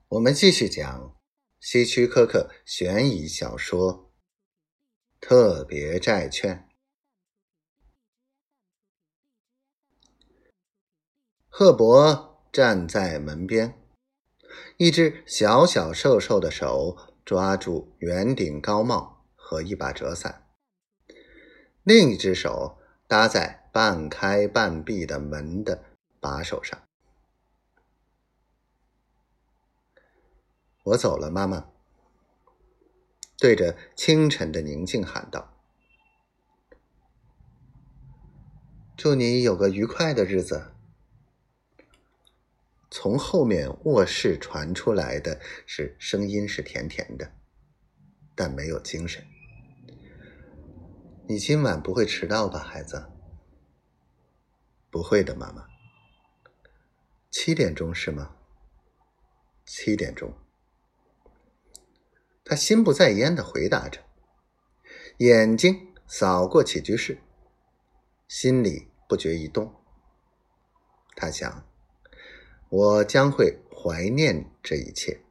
我们继续讲希区柯克悬疑小说《特别债券》。赫伯站在门边，一只小小瘦瘦的手抓住圆顶高帽和一把折伞，另一只手搭在半开半闭的门的把手上。我走了，妈妈，对着清晨的宁静喊道。祝你有个愉快的日子。从后面卧室传出来的声音是甜甜的，但没有精神。你今晚不会迟到吧，孩子？不会的，妈妈。7点钟是吗？7点钟。他心不在焉地回答着，眼睛扫过起居室，心里不觉一动。他想，我将会怀念这一切。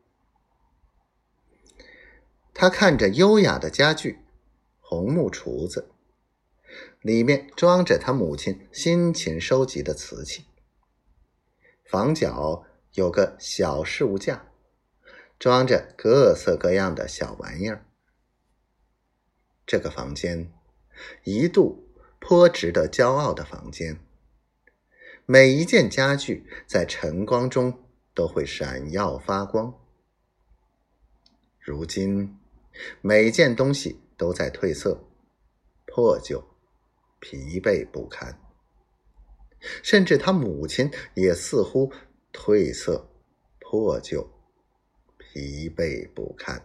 他看着优雅的家具，红木橱子，里面装着他母亲辛勤收集的瓷器。房角有个小事物架，装着各色各样的小玩意儿。这个房间一度颇值得骄傲的房间，每一件家具在晨光中都会闪耀发光。如今每件东西都在褪色、破旧、疲惫不堪，甚至他母亲也似乎褪色、破旧、疲惫不堪。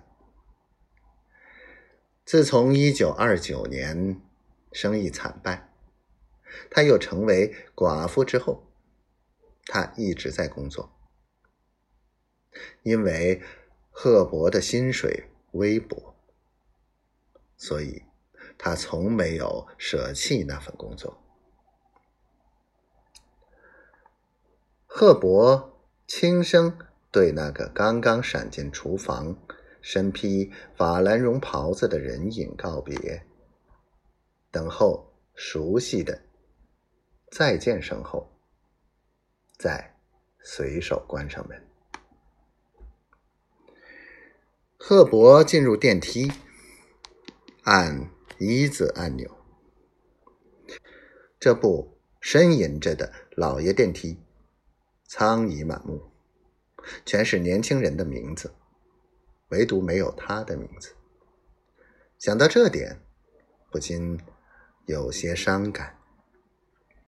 自从1929年生意惨败，他又成为寡妇之后，他一直在工作。因为赫伯的薪水微薄，所以他从没有舍弃那份工作。赫伯轻声对那个刚刚闪进厨房身披法兰绒袍子的人影告别，等候熟悉的再见声后，再随手关上门。赫伯进入电梯，按1字按钮。这部呻吟着的老爷电梯苍夷满目，全是年轻人的名字，唯独没有他的名字。想到这点，不禁有些伤感。